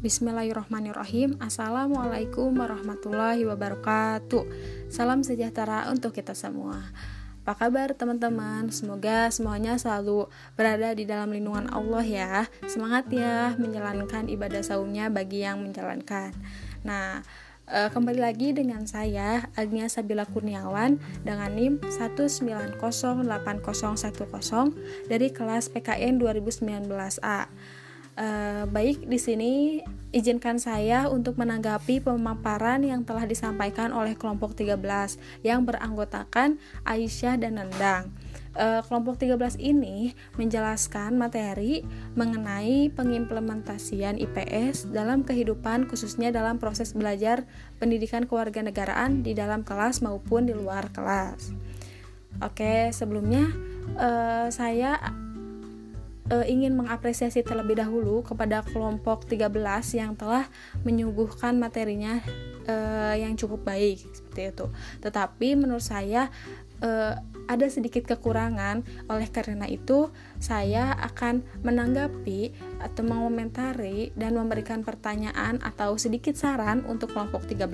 Bismillahirrahmanirrahim. Assalamualaikum warahmatullahi wabarakatuh. Salam sejahtera untuk kita semua. Apa kabar teman-teman? Semoga semuanya selalu berada di dalam lindungan Allah ya. Semangat ya menjalankan ibadah saumnya bagi yang menjalankan. Nah, kembali lagi dengan saya Agnia Sabila Kurniawan dengan NIM 1908010 dari kelas PKN 2019A. Baik, di sini izinkan saya untuk menanggapi pemaparan yang telah disampaikan oleh kelompok 13 yang beranggotakan Aisyah dan Nandang. Kelompok 13 ini menjelaskan materi mengenai pengimplementasian IPS dalam kehidupan, khususnya dalam proses belajar pendidikan kewarganegaraan di dalam kelas maupun di luar kelas. Oke, sebelumnya saya ingin mengapresiasi terlebih dahulu kepada kelompok 13 yang telah menyuguhkan materinya yang cukup baik seperti itu. Tetapi menurut saya ada sedikit kekurangan, oleh karena itu saya akan menanggapi atau mengomentari dan memberikan pertanyaan atau sedikit saran untuk kelompok 13.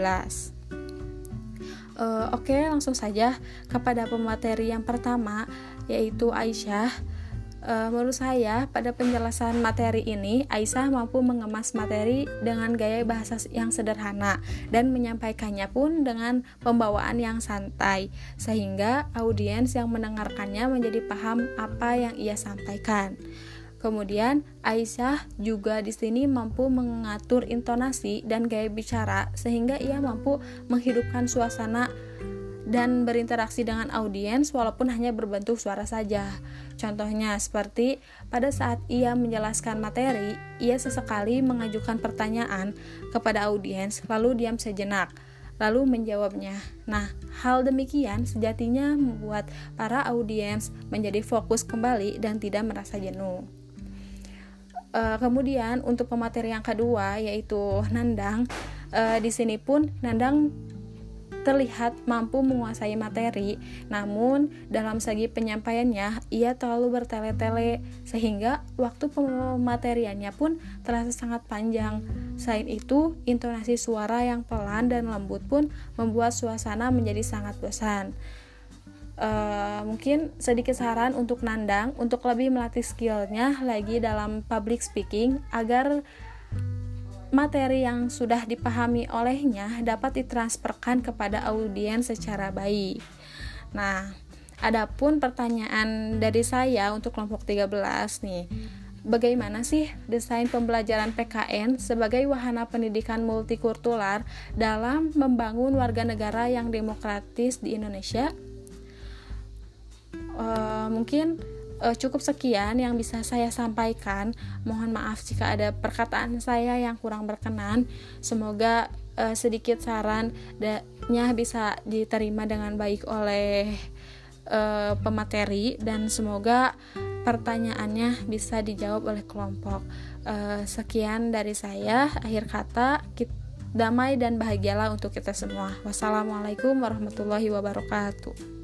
Oke, langsung saja kepada pemateri yang pertama, yaitu Aisyah. Menurut saya, pada penjelasan materi ini, Aisyah mampu mengemas materi dengan gaya bahasa yang sederhana dan menyampaikannya pun dengan pembawaan yang santai, sehingga audiens yang mendengarkannya menjadi paham apa yang ia sampaikan. Kemudian, Aisyah juga di sini mampu mengatur intonasi dan gaya bicara, sehingga ia mampu menghidupkan suasana dan berinteraksi dengan audiens walaupun hanya berbentuk suara saja. Contohnya seperti pada saat ia menjelaskan materi, ia sesekali mengajukan pertanyaan kepada audiens lalu diam sejenak, lalu menjawabnya. Nah, hal demikian sejatinya membuat para audiens menjadi fokus kembali dan tidak merasa jenuh. Kemudian untuk pemateri yang kedua, yaitu Nandang. Di sini pun Nandang terlihat mampu menguasai materi, namun dalam segi penyampaiannya ia terlalu bertele-tele sehingga waktu pemateriannya pun terasa sangat panjang. Selain itu, intonasi suara yang pelan dan lembut pun membuat suasana menjadi sangat bosan. Mungkin sedikit saran untuk Nandang untuk lebih melatih skillnya lagi dalam public speaking agar materi yang sudah dipahami olehnya dapat ditransferkan kepada audiens secara baik. Nah, adapun pertanyaan dari saya untuk kelompok 13 nih. Bagaimana sih desain pembelajaran PKN sebagai wahana pendidikan multikultural dalam membangun warga negara yang demokratis di Indonesia? Mungkin cukup sekian yang bisa saya sampaikan. Mohon maaf jika ada perkataan saya yang kurang berkenan. Semoga sedikit sarannya bisa diterima dengan baik oleh pemateri dan semoga pertanyaannya bisa dijawab oleh kelompok. Sekian dari saya. Akhir kata, damai dan bahagialah untuk kita semua. Wassalamualaikum warahmatullahi wabarakatuh.